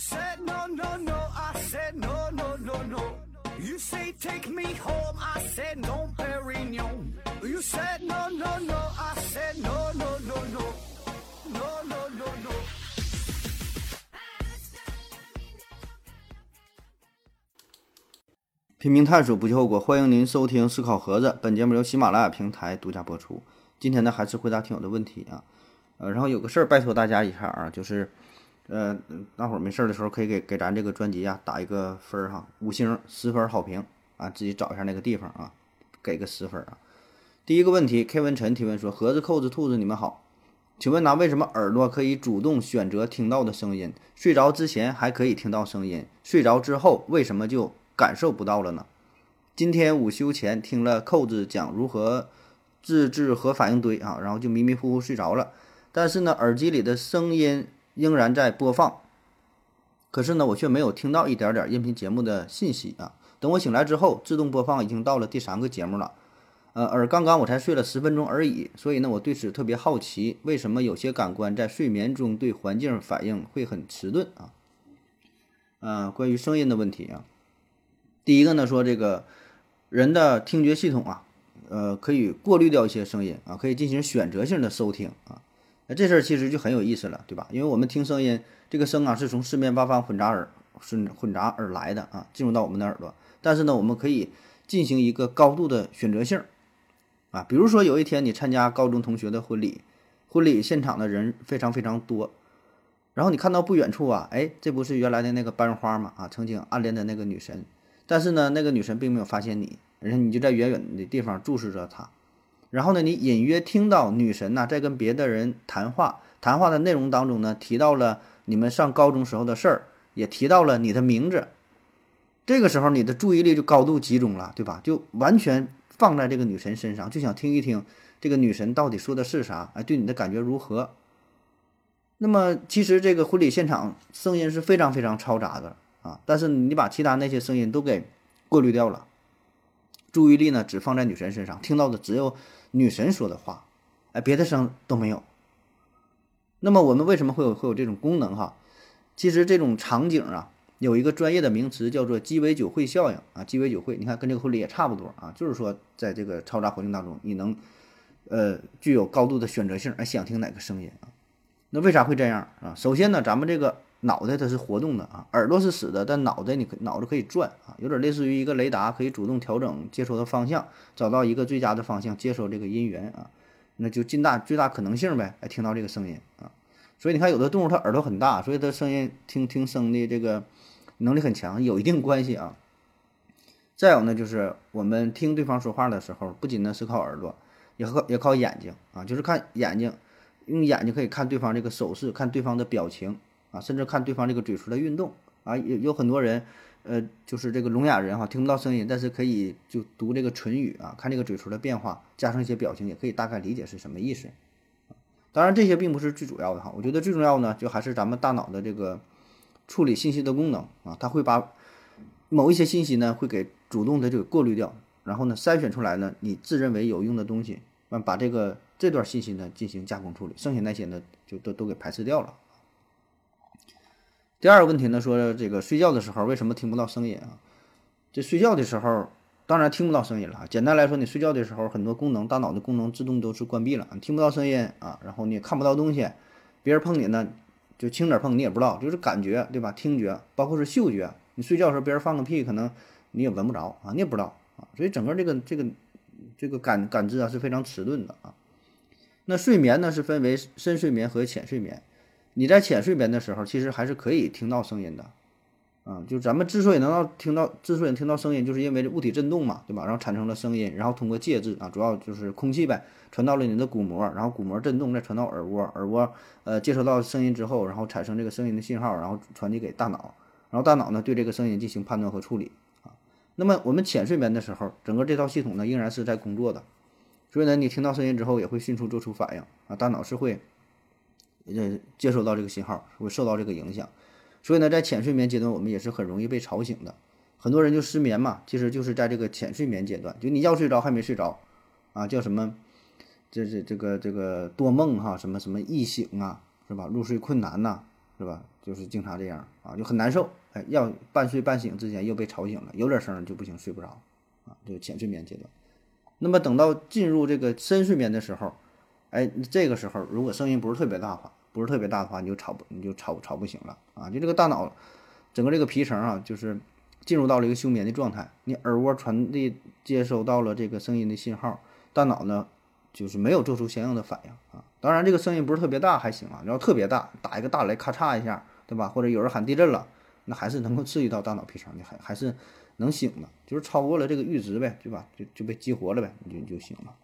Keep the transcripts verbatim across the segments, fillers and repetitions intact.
said no no no, I said no no no no. You say take me home, I said no, Perignon. You said no no no, I said no no no no, no no no no. 拼命探索不计后果，欢迎您收听思考盒子。本节目由喜马拉雅平台独家播出。今天呢，还是回答听友的问题啊，呃，然后有个事儿拜托大家一下啊，就是，呃，大伙儿没事儿的时候可以给给咱这个专辑啊打一个分儿哈，五星十分好评啊，自己找一下那个地方啊，给个十分啊。第一个问题 ，K 文晨提问说：盒子、扣子、兔子，你们好，请问呢，为什么耳朵可以主动选择听到的声音？睡着之前还可以听到声音，睡着之后为什么就感受不到了呢？今天午休前听了扣子讲如何自制核反应堆啊，然后就迷迷糊糊睡着了，但是呢，耳机里的声音仍然在播放，可是呢，我却没有听到一点点音频节目的信息啊。等我醒来之后，自动播放已经到了第三个节目了，呃，而刚刚我才睡了十分钟而已，所以呢，我对此特别好奇，为什么有些感官在睡眠中对环境反应会很迟钝啊？呃，关于声音的问题啊，第一个呢，说这个人的听觉系统啊，呃，可以过滤掉一些声音啊，可以进行选择性的收听啊。那这事儿其实就很有意思了，对吧？因为我们听声音，这个声啊是从四面八方混杂而混混杂而来的啊，进入到我们的耳朵。但是呢，我们可以进行一个高度的选择性啊。比如说有一天你参加高中同学的婚礼，婚礼现场的人非常非常多，然后你看到不远处啊，哎，这不是原来的那个班花嘛？啊，曾经暗恋的那个女神。但是呢，那个女神并没有发现你，然后你就在远远的地方注视着她，然后呢，你隐约听到女神呢、啊、在跟别的人谈话，谈话的内容当中呢，提到了你们上高中时候的事儿，也提到了你的名字。这个时候你的注意力就高度集中了，对吧？就完全放在这个女神身上，就想听一听这个女神到底说的是啥，哎，对你的感觉如何？那么其实这个婚礼现场声音是非常非常嘈杂的。啊，但是你把其他那些声音都给过滤掉了，注意力呢只放在女神身上，听到的只有女神说的话，哎，别的声都没有。那么我们为什么会有会有这种功能哈？其实这种场景啊，有一个专业的名词叫做鸡尾酒会效应啊，鸡尾酒会，你看跟这个婚礼也差不多啊，就是说在这个嘈杂环境当中，你能呃具有高度的选择性，哎，想听哪个声音啊？那为啥会这样啊？首先呢，咱们这个脑袋它是活动的啊，耳朵是死的，但脑袋你脑子可以转啊，有点类似于一个雷达，可以主动调整接收的方向，找到一个最佳的方向，接收这个音源啊，那就尽大最大可能性呗，来听到这个声音啊。所以你看，有的动物它耳朵很大，所以它声音听听声的这个能力很强，有一定关系啊。再有呢，就是我们听对方说话的时候，不仅呢是靠耳朵，也靠也靠眼睛啊，就是看眼睛。用眼睛可以看对方这个手势，看对方的表情啊，甚至看对方这个嘴唇的运动啊。有有很多人，呃，就是这个聋哑人哈，听不到声音，但是可以就读这个唇语啊，看这个嘴唇的变化，加上一些表情，也可以大概理解是什么意思。当然，这些并不是最主要的哈，我觉得最重要呢，就还是咱们大脑的这个处理信息的功能啊，它会把某一些信息呢，会给主动的就过滤掉，然后呢，筛选出来呢，你自认为有用的东西，把这个。这段信息呢进行加工处理，剩下那些呢就都都给排斥掉了。第二个问题呢，说这个睡觉的时候为什么听不到声音啊？这睡觉的时候当然听不到声音了。简单来说，你睡觉的时候很多功能，大脑的功能自动都是关闭了，你听不到声音啊，然后你也看不到东西，别人碰你呢就轻点碰你也不知道，就是感觉对吧？听觉包括是嗅觉，你睡觉的时候别人放个屁可能你也闻不着啊，你也不知道啊，所以整个这个这个这个感感知啊是非常迟钝的啊。那睡眠呢是分为深睡眠和浅睡眠，你在浅睡眠的时候其实还是可以听到声音的啊，就咱们之所以能到听到之所以听到声音，就是因为物体振动嘛，对吧？然后产生了声音，然后通过介质啊，主要就是空气呗，传到了你的鼓膜，然后鼓膜振动再传到耳蜗，耳蜗呃接收到声音之后，然后产生这个声音的信号，然后传递给大脑，然后大脑呢对这个声音进行判断和处理啊。那么我们浅睡眠的时候，整个这套系统呢仍然是在工作的。所以呢，你听到声音之后也会迅速做出反应啊，大脑是会呃接收到这个信号，会受到这个影响。所以呢，在浅睡眠阶段，我们也是很容易被吵醒的。很多人就失眠嘛，其实就是在这个浅睡眠阶段，就你要睡着还没睡着啊，叫什么这这这个这个多梦哈，什么什么易醒啊，是吧？入睡困难呐、啊，是吧？ 就是经常这样啊，就很难受，哎，要半睡半醒之前又被吵醒了，有点声就不行，睡不着啊，就浅睡眠阶段。那么等到进入这个深睡眠的时候，哎，这个时候如果声音不是特别大的话，不是特别大的话，你就吵不你就吵吵不醒了啊，就这个大脑整个这个皮层啊，就是进入到了一个休眠的状态，你耳蜗传递接收到了这个声音的信号，大脑呢就是没有做出相应的反应啊。当然这个声音不是特别大还行啊，然后特别大，打一个大雷咔嚓一下，对吧？或者有人喊地震了，那还是能够刺激到大脑皮层，你还还是能醒的，就是超过了这个阈值呗，对吧？就就被激活了呗，你就你就醒了。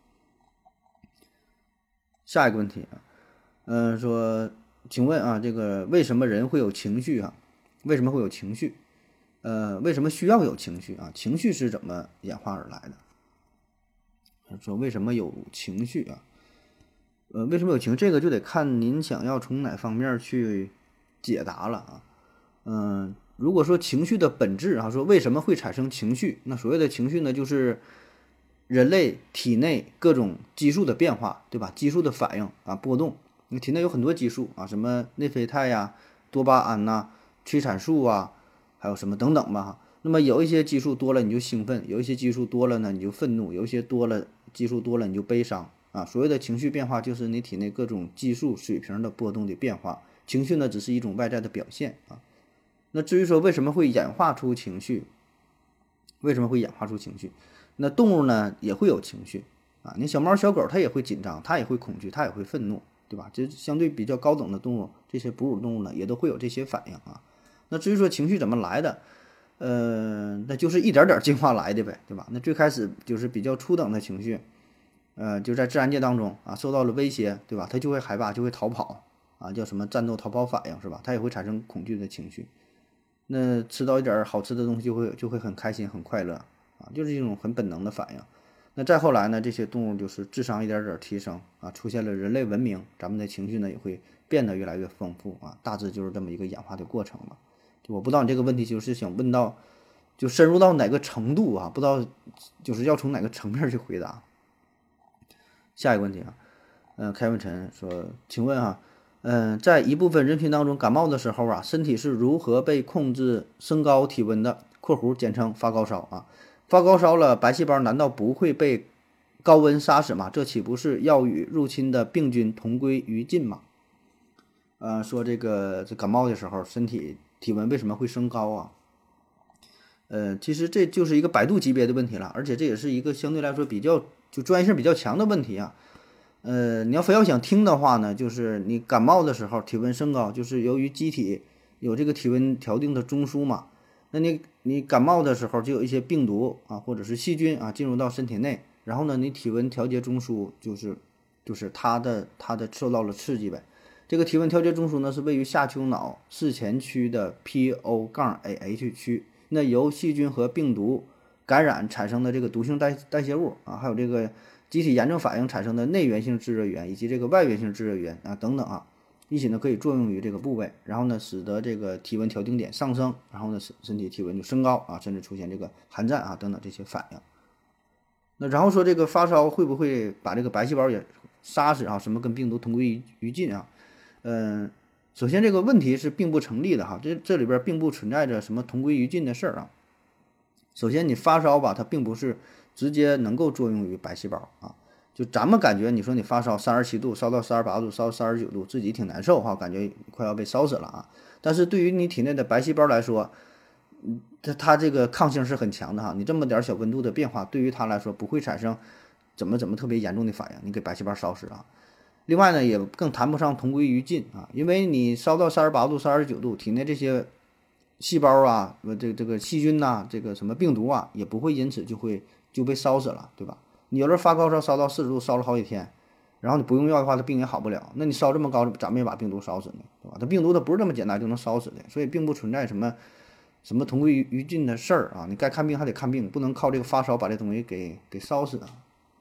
下一个问题啊，嗯、呃，说，请问啊，这个为什么人会有情绪啊？为什么会有情绪？呃，为什么需要有情绪啊？情绪是怎么演化而来的？说为什么有情绪啊？呃，为什么有情绪？这个就得看您想要从哪方面去解答了啊。嗯、呃，如果说情绪的本质啊，说为什么会产生情绪？那所谓的情绪呢，就是人类体内各种激素的变化，对吧？激素的反应啊，波动。你体内有很多激素啊，什么内啡肽呀、多巴胺呐、啊、催产素啊，还有什么等等吧哈。那么有一些激素多了你就兴奋，有一些激素多了呢你就愤怒，有一些多了激素多了你就悲伤啊。所谓的情绪变化就是你体内各种激素水平的波动的变化，情绪呢只是一种外在的表现啊。那至于说为什么会演化出情绪，为什么会演化出情绪？那动物呢也会有情绪啊，你小猫小狗它也会紧张，它也会恐惧，它也会愤怒，对吧？这相对比较高等的动物，这些哺乳动物呢也都会有这些反应啊。那至于说情绪怎么来的，呃，那就是一点点进化来的呗，对吧？那最开始就是比较初等的情绪，呃，就在自然界当中啊，受到了威胁，对吧？它就会害怕，就会逃跑啊，叫什么战斗逃跑反应是吧？它也会产生恐惧的情绪。那吃到一点好吃的东西就会就会很开心很快乐啊，就是一种很本能的反应。那再后来呢，这些动物就是智商一点点提升啊，出现了人类文明，咱们的情绪呢也会变得越来越丰富啊，大致就是这么一个演化的过程了。就我不知道你这个问题就是想问到，就深入到哪个程度啊？不知道就是要从哪个层面去回答。下一个问题啊，嗯、呃，开文晨说，请问啊，嗯、呃，在一部分人群当中感冒的时候啊，身体是如何被控制升高体温的（括弧简称发高烧啊）？发高烧了，白细胞难道不会被高温杀死吗？这岂不是要与入侵的病菌同归于尽吗？呃，说这个这感冒的时候，身体体温为什么会升高啊？呃，其实这就是一个百度级别的问题了，而且这也是一个相对来说比较就专业性比较强的问题啊。呃，你要非要想听的话呢，就是你感冒的时候体温升高，就是由于机体有这个体温调定的中枢嘛。那你你感冒的时候就有一些病毒啊，或者是细菌啊进入到身体内，然后呢，你体温调节中枢就是就是它的它的受到了刺激呗。这个体温调节中枢呢是位于下丘脑视前区的 P O 杠 A H 区，那由细菌和病毒感染产生的这个毒性代代谢物啊，还有这个机体炎症反应产生的内源性致热源以及这个外源性致热源啊等等啊。一起呢可以作用于这个部位，然后呢使得这个体温调定点上升，然后呢身身体体温就升高啊，甚至出现这个寒战啊等等这些反应。那然后说这个发烧会不会把这个白细胞也杀死啊？什么跟病毒同归于于尽啊？嗯，首先这个问题是并不成立的哈，这这里边并不存在着什么同归于尽的事儿啊。首先你发烧吧，它并不是直接能够作用于白细胞啊。就咱们感觉，你说你发烧三十七度，烧到三十八度，烧到三十九度，自己挺难受哈，感觉快要被烧死了啊。但是对于你体内的白细胞来说，嗯，它它这个抗性是很强的哈。你这么点小温度的变化，对于它来说不会产生怎么怎么特别严重的反应，你给白细胞烧死啊。另外呢，也更谈不上同归于尽啊，因为你烧到三十八度、三十九度，体内这些细胞啊，这这个细菌呐、啊，这个什么病毒啊，也不会因此就会就被烧死了，对吧？你有人发高烧烧到四十度，烧了好几天，然后你不用药的话，他病也好不了。那你烧这么高，咋没把病毒烧死呢？对吧？它病毒它不是这么简单就能烧死的，所以并不存在什么什么同归于于尽的事儿啊。你该看病还得看病，不能靠这个发烧把这东西给给烧死啊。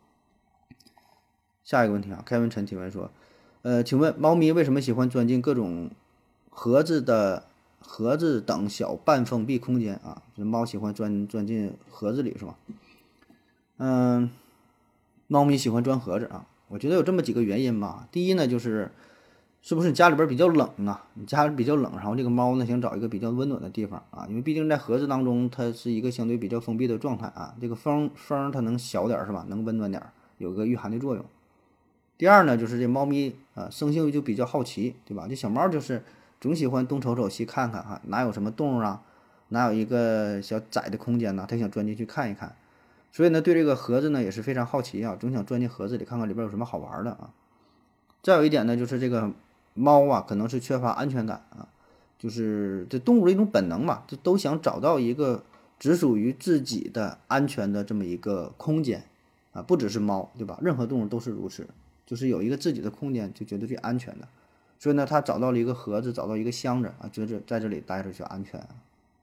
下一个问题啊，开文晨提问说，呃，请问猫咪为什么喜欢钻进各种盒子的盒子等小半封闭空间啊？这猫喜欢钻钻进盒子里是吧？嗯。猫咪喜欢钻盒子啊，我觉得有这么几个原因吧。第一呢，就是是不是你家里边比较冷啊？你家里比较冷，然后这个猫呢想找一个比较温暖的地方啊，因为毕竟在盒子当中它是一个相对比较封闭的状态啊，这个风风它能小点是吧？能温暖点，有个御寒的作用。第二呢，就是这猫咪啊生性就比较好奇，对吧？这小猫就是总喜欢东瞅瞅西看看哈，哪有什么动物啊，哪有一个小窄的空间呢？它想钻进去看一看，所以呢对这个盒子呢也是非常好奇啊，总想钻进盒子里看看里边有什么好玩的啊。再有一点呢，就是这个猫啊，可能是缺乏安全感啊，就是这动物的一种本能嘛，这都想找到一个只属于自己的安全的这么一个空间啊，不只是猫，对吧？任何动物都是如此，就是有一个自己的空间，就觉得最安全的。所以呢，它找到了一个盒子，找到一个箱子啊，觉得在这里待着就安全啊。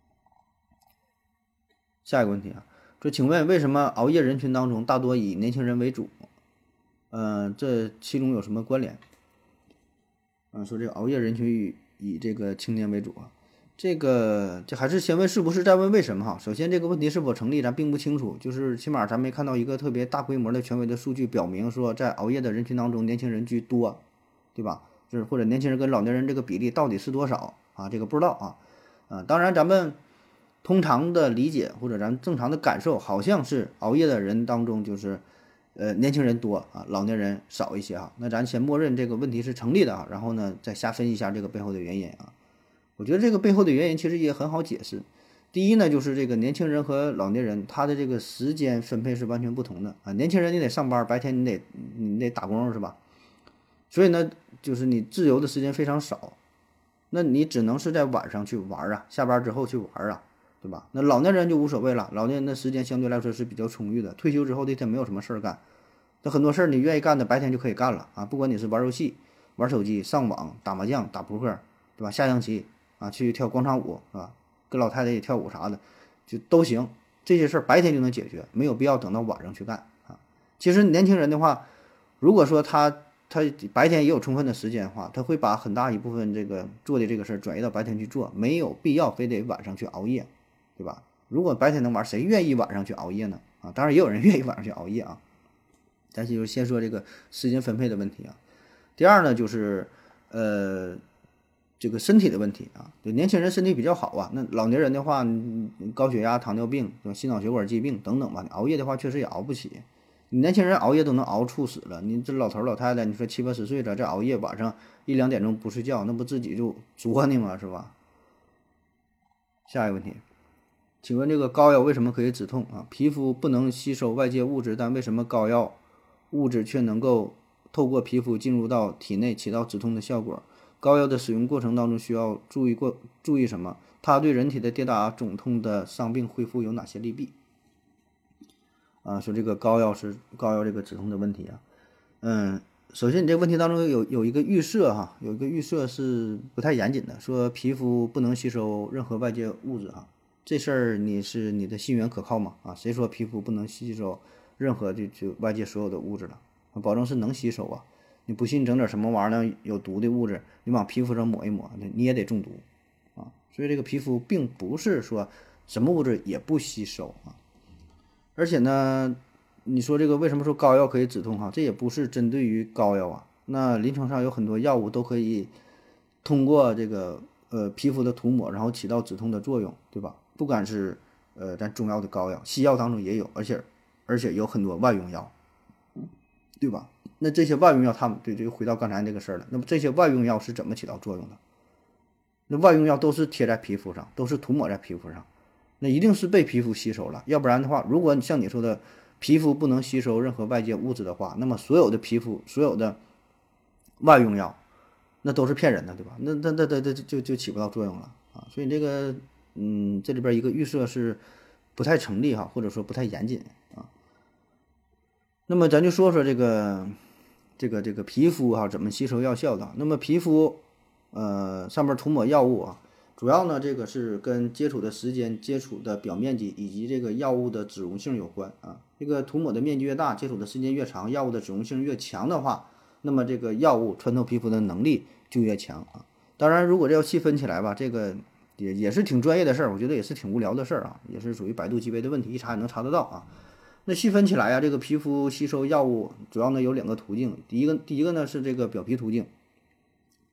下一个问题啊，说请问为什么熬夜人群当中大多以年轻人为主？呃，这其中有什么关联？啊，说这个熬夜人群以以这个青年为主啊，这个这还是先问是不是，再问为什么哈。首先这个问题是否成立，咱并不清楚，就是起码咱没看到一个特别大规模的权威的数据表明说，在熬夜的人群当中，年轻人居多，对吧？就是或者年轻人跟老年人这个比例到底是多少啊？这个不知道啊。啊，当然咱们通常的理解或者咱正常的感受，好像是熬夜的人当中就是。呃，年轻人多啊，老年人少一些哈。那咱先默认这个问题是成立的啊，然后呢，再瞎分析一下这个背后的原因啊。我觉得这个背后的原因其实也很好解释。第一呢，就是这个年轻人和老年人他的这个时间分配是完全不同的啊。年轻人你得上班，白天你得你得打工是吧？所以呢，就是你自由的时间非常少，那你只能是在晚上去玩啊，下班之后去玩啊。对吧？那老年人就无所谓了，老年人的时间相对来说是比较充裕的，退休之后这天没有什么事儿干，那很多事儿你愿意干的白天就可以干了啊，不管你是玩游戏、玩手机、上网、打麻将、打扑克，对吧？下象棋啊，去跳广场舞是吧？跟老太太也跳舞啥的，就都行，这些事儿白天就能解决，没有必要等到晚上去干啊。其实年轻人的话，如果说他他白天也有充分的时间的话，他会把很大一部分这个做的这个事儿转移到白天去做，没有必要非得晚上去熬夜。对吧？如果白天能玩，谁愿意晚上去熬夜呢？啊，当然也有人愿意晚上去熬夜啊。但是就先说这个时间分配的问题啊。第二呢，就是呃这个身体的问题啊。就年轻人身体比较好啊，那老年人的话，高血压、糖尿病、心脑血管疾病等等吧，熬夜的话确实也熬不起。你年轻人熬夜都能熬猝死了，你这老头老太太，你说七八十岁了，这熬夜晚上一两点钟不睡觉，那不自己就作呢吗？是吧？下一个问题。请问这个膏药为什么可以止痛啊？皮肤不能吸收外界物质，但为什么膏药物质却能够透过皮肤进入到体内，起到止痛的效果？膏药的使用过程当中需要注意过注意什么？它对人体的跌打、肿痛的伤病恢复有哪些利弊？啊，说这个膏药是膏药这个止痛的问题啊。嗯，首先你这个问题当中有有一个预设哈，有一个预设是不太严谨的，说皮肤不能吸收任何外界物质哈。这事儿你是你的信源可靠吗？啊，谁说皮肤不能吸收任何的就外界所有的物质了？保证是能吸收啊！你不信你整点什么玩意儿有毒的物质，你往皮肤上抹一抹，你也得中毒啊！所以这个皮肤并不是说什么物质也不吸收啊。而且呢，你说这个为什么说膏药可以止痛哈？这也不是针对于膏药啊。那临床上有很多药物都可以通过这个呃皮肤的涂抹，然后起到止痛的作用，对吧？不管是呃咱中药的膏药，西药当中也有，而且而且有很多外用药，对吧？那这些外用药，他们对，就回到刚才那个事儿了。那么这些外用药是怎么起到作用的？那外用药都是贴在皮肤上，都是涂抹在皮肤上，那一定是被皮肤吸收了。要不然的话，如果像你说的，皮肤不能吸收任何外界物质的话，那么所有的皮肤，所有的外用药，那都是骗人的，对吧？那那那那那就就起不到作用了啊！所以这个。嗯，这里边一个预设是不太成立哈，或者说不太严谨啊。那么咱就说说这个这个这个皮肤哈怎么吸收药效的。那么皮肤呃上面涂抹药物啊，主要呢这个是跟接触的时间、接触的表面积以及这个药物的脂溶性有关啊。这个涂抹的面积越大，接触的时间越长，药物的脂溶性越强的话，那么这个药物穿透皮肤的能力就越强啊。当然，如果这要细分起来吧，这个。也也是挺专业的事儿，我觉得也是挺无聊的事儿啊，也是属于百度级别的问题，一查也能查得到啊。那细分起来啊，这个皮肤吸收药物主要呢有两个途径，第一个第一个呢是这个表皮途径，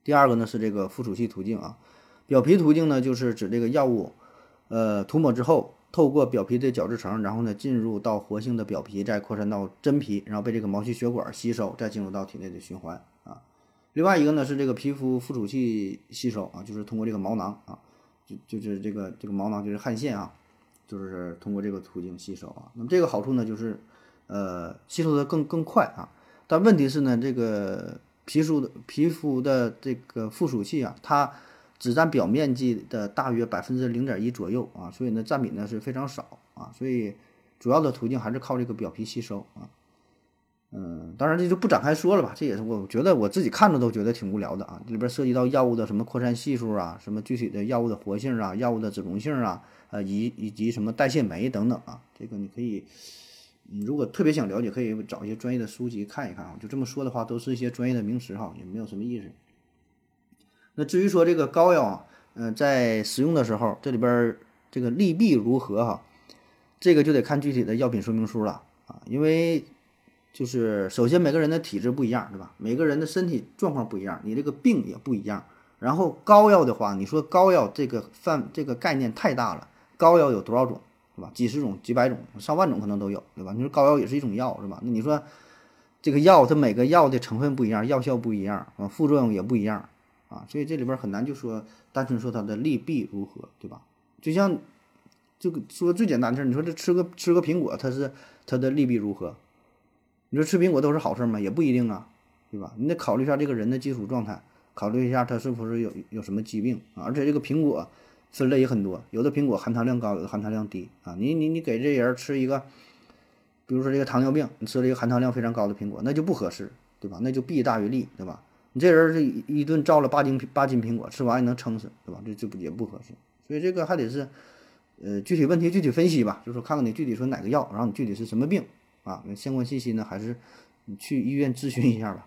第二个呢是这个附属系途径啊，表皮途径呢就是指这个药物，呃涂抹之后，透过表皮的角质层，然后呢进入到活性的表皮，再扩散到真皮，然后被这个毛细血管吸收，再进入到体内的循环啊。另外一个呢是这个皮肤附属器吸收啊，就是通过这个毛囊啊，就就是这个这个毛囊就是汗腺啊，就是通过这个途径吸收啊。那么这个好处呢就是，呃，吸收的更更快啊。但问题是呢，这个皮肤的皮肤的这个附属器啊，它只占表面积的大约百分之零点一左右啊，所以呢占比呢是非常少啊，所以主要的途径还是靠这个表皮吸收啊。嗯，当然这就不展开说了吧，这也是我觉得我自己看着都觉得挺无聊的啊。里边涉及到药物的什么扩散系数啊，什么具体的药物的活性啊，药物的脂溶性啊，呃，以以及什么代谢酶等等啊，这个你可以，你如果特别想了解，可以找一些专业的书籍看一看啊。就这么说的话，都是一些专业的名词哈，也没有什么意思。那至于说这个膏药啊，嗯、呃，在使用的时候，这里边这个利弊如何哈，这个就得看具体的药品说明书了啊，因为。就是首先每个人的体质不一样，对吧？每个人的身体状况不一样，你这个病也不一样。然后膏药的话，你说膏药这个范这个概念太大了，膏药有多少种，对吧？几十种、几百种、上万种可能都有，对吧？你说膏药也是一种药，是吧？那你说这个药它每个药的成分不一样，药效不一样啊，副作用也不一样啊，所以这里边很难就说单纯说它的利弊如何，对吧？就像这个说最简单的事，你说这吃个吃个苹果，它是它的利弊如何？你说吃苹果都是好事吗？也不一定啊，对吧？你得考虑一下这个人的基础状态，考虑一下他是不是有有什么疾病啊。而且这个苹果分类也很多，有的苹果含糖量高，有的含糖量低啊。你你你给这人吃一个，比如说这个糖尿病，你吃了一个含糖量非常高的苹果，那就不合适，对吧？那就弊大于利，对吧？你这人是一顿照了八斤八斤苹果，吃完也能撑死，对吧？这这不也不合适。所以这个还得是，呃，具体问题具体分析吧，就是说看看你具体说哪个药，然后你具体是什么病。啊，那相关信息呢，还是你去医院咨询一下吧。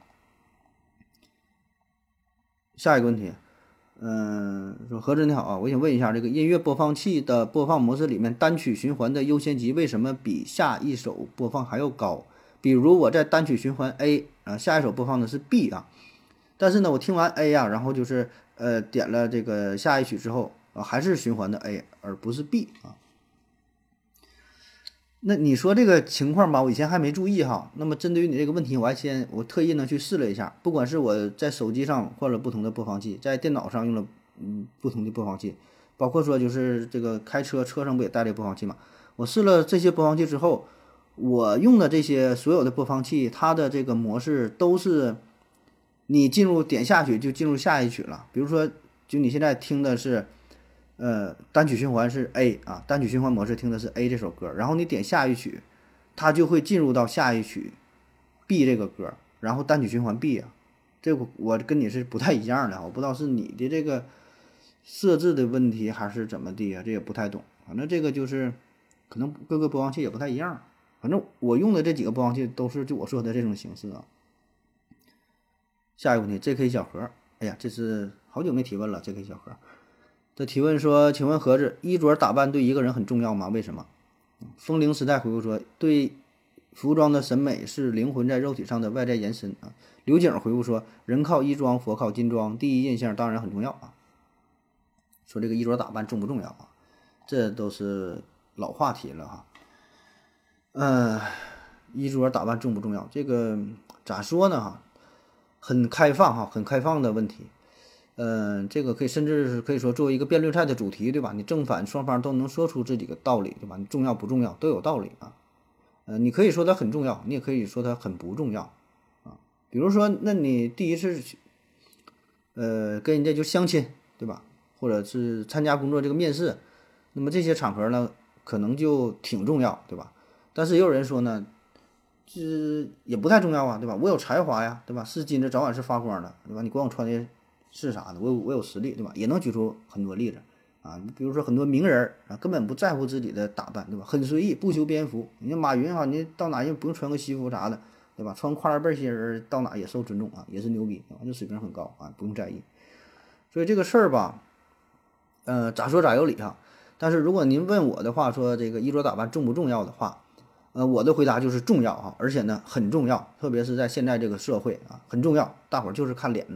下一个问题，嗯、呃，说何子你好啊，我想问一下，这个音乐播放器的播放模式里面单曲循环的优先级为什么比下一首播放还要高？比如我在单曲循环 A 啊，下一首播放的是 B 啊，但是呢，我听完 A 啊，然后就是呃点了这个下一曲之后啊，还是循环的 A 而不是 B 啊。那你说这个情况吧，我以前还没注意哈。那么针对于你这个问题，我还先我特意呢去试了一下，不管是我在手机上换了不同的播放器，在电脑上用了嗯不同的播放器，包括说就是这个开车车上不也带这个播放器嘛？我试了这些播放器之后，我用的这些所有的播放器，它的这个模式都是你进入点下去就进入下一曲了。比如说，就你现在听的是。呃，单曲循环是 A 啊，单曲循环模式听的是 A 这首歌，然后你点下一曲，它就会进入到下一曲 B 这个歌，然后单曲循环 B 啊，这我我跟你是不太一样的，我不知道是你的这个设置的问题还是怎么地啊，这也不太懂。反正这个就是可能各个播放器也不太一样，反正我用的这几个播放器都是就我说的这种形式啊。下一个问题 ，J K 小何，哎呀，这是好久没提问了 ，J K 小何。这提问说：“请问盒子，衣着打扮对一个人很重要吗？为什么？”风铃时代回复说：“对，服装的审美是灵魂在肉体上的外在延伸啊。”刘景回复说：“人靠衣装，佛靠金装，第一印象当然很重要啊。”说这个衣着打扮重不重要啊？这都是老话题了哈。呃，衣着打扮重不重要？这个咋说呢？哈，很开放哈，很开放的问题。嗯、呃，这个可以甚至是可以说作为一个辩论赛的主题，对吧？你正反双方都能说出这几个道理，对吧？你重要不重要都有道理啊。呃，你可以说它很重要，你也可以说它很不重要啊。比如说，那你第一次呃跟人家就相亲，对吧？或者是参加工作这个面试，那么这些场合呢，可能就挺重要，对吧？但是也有人说呢，这也不太重要啊，对吧？我有才华呀，对吧？是金子早晚是发光的，对吧？你管我穿的是啥的，我有我有实力，对吧？也能举出很多例子啊，比如说很多名人啊，根本不在乎自己的打扮，对吧？很随意，不修边幅。你像马云哈，你到哪也不用穿个西服啥的，对吧？穿跨栏背心儿到哪也受尊重啊，也是牛逼，对吧？这水平很高啊，不用在意。所以这个事儿吧，呃，咋说咋有理哈。但是如果您问我的话，说这个衣着打扮重不重要的话，呃，我的回答就是重要啊，而且呢很重要，特别是在现在这个社会啊，很重要，大伙儿就是看脸的。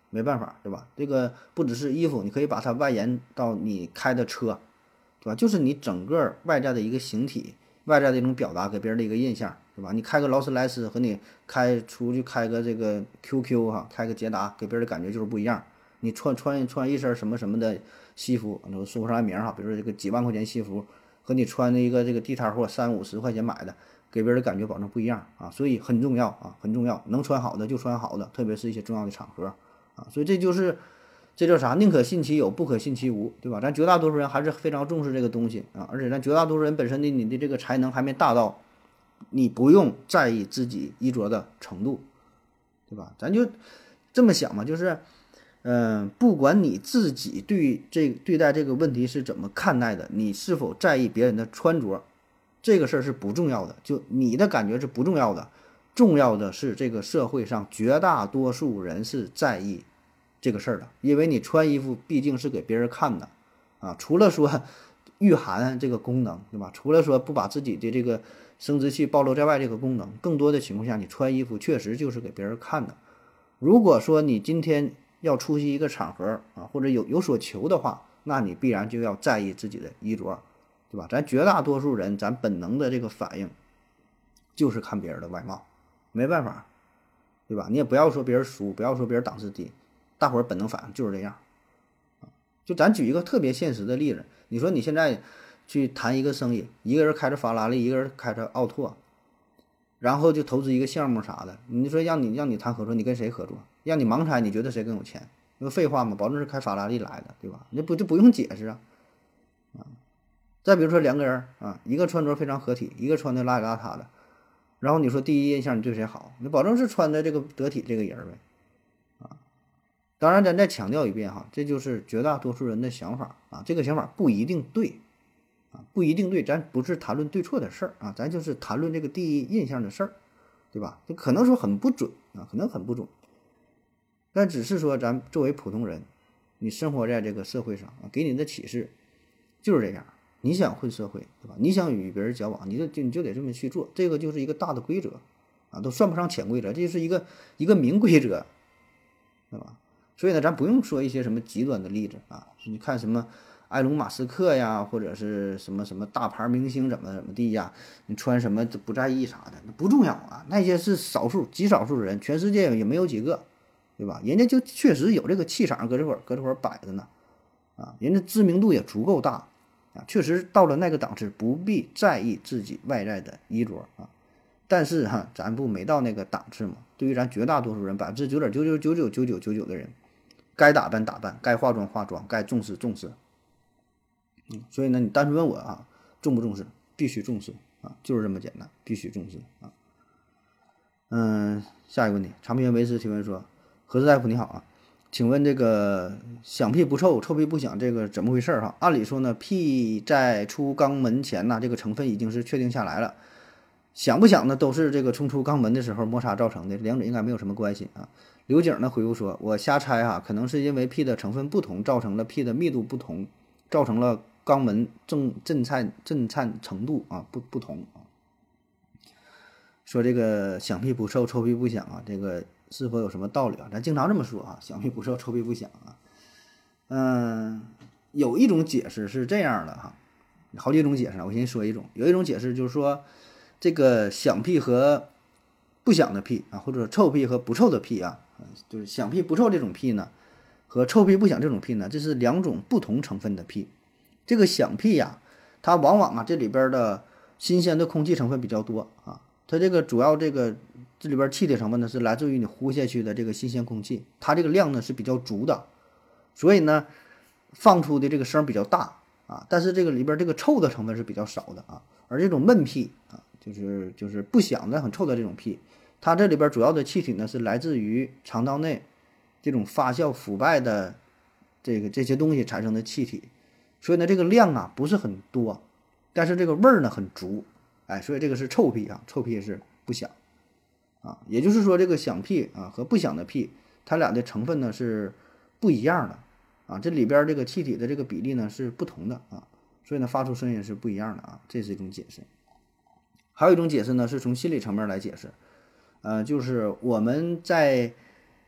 没办法，对吧？这个不只是衣服，你可以把它外延到你开的车，对吧？就是你整个外在的一个形体，外在的一种表达，给别人的一个印象，对吧？你开个劳斯莱斯和你开出去开个这个 Q Q 哈，开个捷达，给别人的感觉就是不一样。你穿穿穿一身什么什么的西服，我说不上来名哈，比如说这个几万块钱西服，和你穿的一个这个地摊货三五十块钱买的，给别人的感觉保证不一样啊。所以很重要啊，很重要，能穿好的就穿好的，特别是一些重要的场合啊。所以这就是这叫啥？宁可信其有，不可信其无，对吧？咱绝大多数人还是非常重视这个东西啊，而且咱绝大多数人本身的你的这个才能还没大到你不用在意自己衣着的程度，对吧？咱就这么想嘛，就是嗯、呃，不管你自己对这对待这个问题是怎么看待的，你是否在意别人的穿着，这个事儿是不重要的，就你的感觉是不重要的，重要的是这个社会上绝大多数人是在意这个事儿的，因为你穿衣服毕竟是给别人看的啊，除了说御寒这个功能，对吧？除了说不把自己的这个生殖器暴露在外这个功能，更多的情况下，你穿衣服确实就是给别人看的。如果说你今天要出席一个场合啊，或者有有所求的话，那你必然就要在意自己的衣着，对吧？咱绝大多数人，咱本能的这个反应就是看别人的外貌，没办法，对吧？你也不要说别人俗，不要说别人档次低，大伙儿本能反应就是这样。就咱举一个特别现实的例子，你说你现在去谈一个生意，一个人开着法拉利，一个人开着奥拓，然后就投资一个项目啥的，你说让你让你谈合作，你跟谁合作？让你盲猜，你觉得谁更有钱？那废话嘛，保证是开法拉利来的，对吧？那不就不用解释啊啊！再比如说两个人啊，一个穿着非常合体，一个穿的邋里邋遢的，然后你说第一印象你对谁好？你保证是穿的这个得体这个人呗啊！当然咱再强调一遍哈，这就是绝大多数人的想法啊，这个想法不一定对啊，不一定对，咱不是谈论对错的事儿啊，咱就是谈论这个第一印象的事儿，对吧？这可能说很不准啊，可能很不准。但只是说咱作为普通人，你生活在这个社会上啊，给你的启示就是这样。你想混社会，对吧？你想与别人交往，你就就你就得这么去做，这个就是一个大的规则啊，都算不上潜规则，这就是一个一个明规则，对吧？所以呢，咱不用说一些什么极端的例子啊，你看什么埃隆·马斯克呀，或者是什么什么大牌明星怎么怎么地呀，你穿什么不在意啥的，那不重要啊，那些是少数极少数的人，全世界也没有几个。对吧？人家就确实有这个气场，搁这会儿搁这会儿摆着呢，啊，人家知名度也足够大，啊，确实到了那个档次，不必在意自己外在的衣着啊。但是哈，咱不没到那个档次嘛。对于咱绝大多数人，百分之九点九九九九九九九九的人，该打扮打扮，该化妆化妆，该重视重视。嗯，所以呢，你单纯问我啊，重不重视？必须重视啊，就是这么简单，必须重视啊。嗯，下一个问题，长篇维斯提问说。何志大夫你好啊，请问这个响屁不臭，臭屁不响，这个怎么回事哈？按理说呢，屁在出肛门前呢，这个成分已经是确定下来了，响不响呢，都是这个冲出肛门的时候摩擦造成的，两者应该没有什么关系啊。刘景呢回复说，我瞎猜哈，可能是因为屁的成分不同，造成了屁的密度不同，造成了肛门震震颤震颤程度啊不不同啊。说这个响屁不臭，臭屁不响啊，这个。是否有什么道理啊？咱经常这么说啊，响屁不臭，臭屁不响啊。嗯，有一种解释是这样的哈，好几种解释，我先说一种。有一种解释就是说，这个响屁和不响的屁啊，或者臭屁和不臭的屁啊，就是响屁不臭这种屁呢，和臭屁不响这种屁呢，这是两种不同成分的屁。这个响屁呀、啊，它往往啊这里边的新鲜的空气成分比较多啊，它这个主要这个。这里边气体成分呢是来自于你呼下去的这个新鲜空气，它这个量呢是比较足的，所以呢放出的这个声比较大啊，但是这个里边这个臭的成分是比较少的啊。而这种闷屁啊，就是就是不响的很臭的这种屁，它这里边主要的气体呢是来自于肠道内这种发酵腐败的这个这些东西产生的气体，所以呢这个量啊不是很多，但是这个味儿呢很足，哎，所以这个是臭屁啊，臭屁是不响。啊，也就是说，这个响屁啊和不响的屁，它俩的成分呢是不一样的啊，这里边这个气体的这个比例呢是不同的啊，所以呢发出声音是不一样的啊，这是一种解释。还有一种解释呢是从心理层面来解释，呃，就是我们在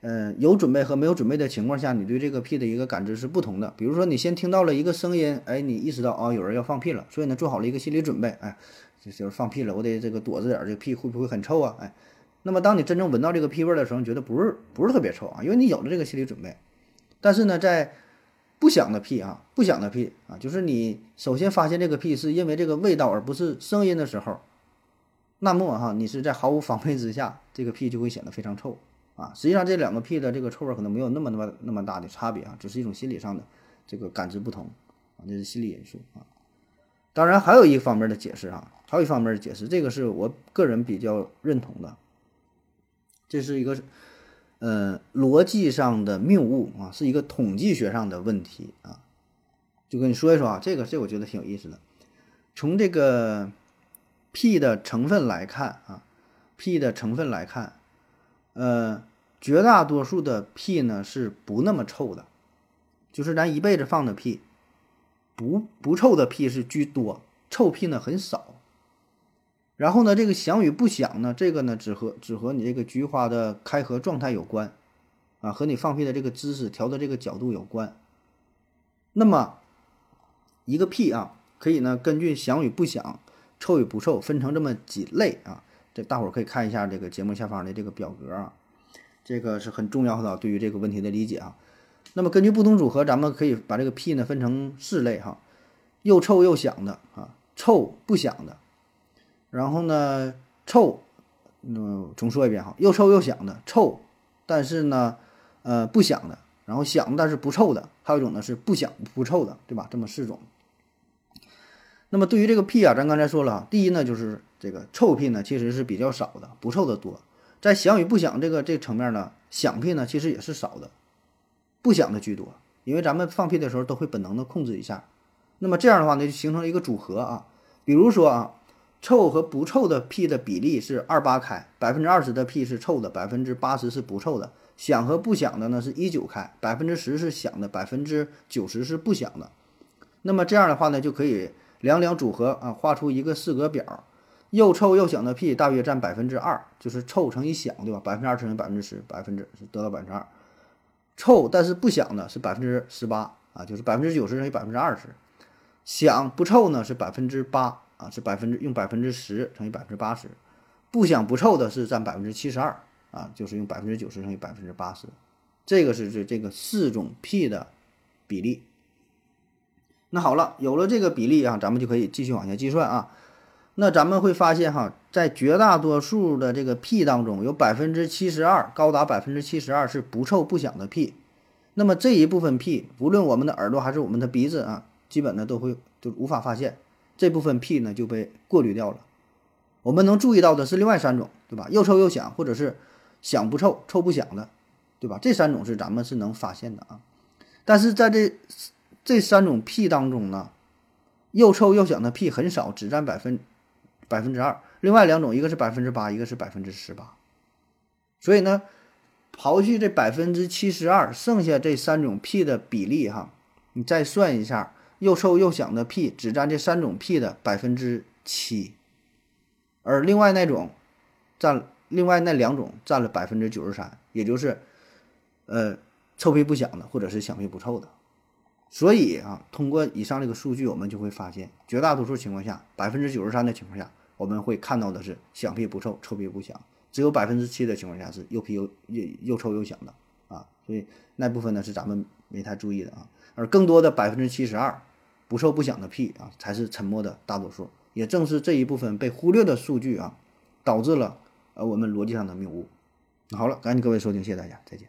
呃有准备和没有准备的情况下，你对这个屁的一个感知是不同的。比如说你先听到了一个声音，哎，你意识到啊、哦、有人要放屁了，所以呢做好了一个心理准备，哎，就是放屁了，我得这个躲着点，这个屁会不会很臭啊？哎，那么当你真正闻到这个屁味的时候，你觉得不是不是特别臭啊，因为你有了这个心理准备。但是呢，在不响的屁啊，不响的屁啊，就是你首先发现这个屁是因为这个味道而不是声音的时候，那么哈，你是在毫无防备之下，这个屁就会显得非常臭啊。实际上这两个屁的这个臭味可能没有那么那么那么大的差别啊，只是一种心理上的这个感知不同啊，这是心理因素啊。当然还有一方面的解释啊，还有一方面的解释，这个是我个人比较认同的，这是一个呃逻辑上的谬误啊，是一个统计学上的问题啊。就跟你说一说啊，这个这个我觉得挺有意思的。从这个屁的成分来看啊，屁的成分来看，呃，绝大多数的屁呢是不那么臭的，就是咱一辈子放的屁，不不臭的屁是居多，臭屁呢很少。然后呢，这个响与不响呢，这个呢只和只和你这个菊花的开合状态有关啊，和你放屁的这个姿势调的这个角度有关。那么一个屁啊，可以呢根据响与不响、臭与不臭分成这么几类啊，这大伙儿可以看一下这个节目下方的这个表格啊，这个是很重要的对于这个问题的理解啊。那么根据不同组合，咱们可以把这个屁呢分成四类哈，又臭又响的啊，臭不响的，然后呢臭，嗯，重说一遍哈，又臭又响的，臭但是呢呃不响的，然后响但是不臭的，还有一种呢是不响不臭的，对吧？这么四种。那么对于这个屁啊，咱刚才说了，第一呢就是这个臭屁呢其实是比较少的，不臭的多。在响与不响这个这个层面呢，响屁呢其实也是少的，不响的居多。因为咱们放屁的时候都会本能的控制一下，那么这样的话呢就形成了一个组合啊。比如说啊，臭和不臭的屁的比例是二八开，百分之二十的屁是臭的，百分之八十是不臭的。响和不响的呢是一九开，百分之十是响的，百分之九十是不响的。那么这样的话呢，就可以两两组合啊，画出一个四格表，又臭又响的屁大约占百分之二，就是臭乘以响，对吧？百分之二乘以百分之十，百分之得到百分之二。臭但是不响的是百分之十八啊，就是百分之九十乘以百分之二十。响不臭呢是百分之八啊，是百分之用百分之十乘以百分之八十。不响不臭的是占百分之七十二啊，就是用百分之九十乘以百分之八十。这个是这这个四种屁的比例。那好了，有了这个比例啊，咱们就可以继续往下计算啊。那咱们会发现哈，在绝大多数的这个屁当中，有百分之七十二，高达百分之七十二是不臭不响的屁。那么这一部分屁，无论我们的耳朵还是我们的鼻子啊，基本呢都会就无法发现，这部分屁呢就被过滤掉了。我们能注意到的是另外三种，对吧？又臭又响，或者是响不臭、臭不响的，对吧？这三种是咱们是能发现的啊。但是在这这三种屁当中呢，又臭又响的屁很少，只占百分百分之二。另外两种，一个是百分之八，一个是百分之十八。所以呢，刨去这百分之七十二，剩下这三种屁的比例哈，你再算一下，又臭又响的屁只占这三种屁的百分之七，而另外那种占另外那两种占了百分之九十三，也就是呃臭屁不响的，或者是响屁不臭的。所以啊，通过以上这个数据，我们就会发现，绝大多数情况下，百分之九十三的情况下，我们会看到的是响屁不臭，臭屁不响；只有百分之七的情况下是又屁又又又臭又响的啊。所以那部分呢是咱们没太注意的啊，而更多的百分之七十二不臭不响的屁啊，才是沉默的大多数。也正是这一部分被忽略的数据啊，导致了呃我们逻辑上的谬误。好了，感谢各位收听，谢谢大家，再见。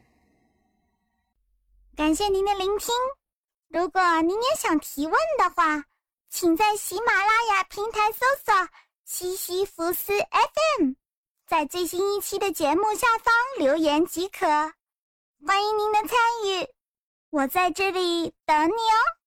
感谢您的聆听。如果您也想提问的话，请在喜马拉雅平台搜索西西弗斯 F M， 在最新一期的节目下方留言即可。欢迎您的参与，我在这里等你哦。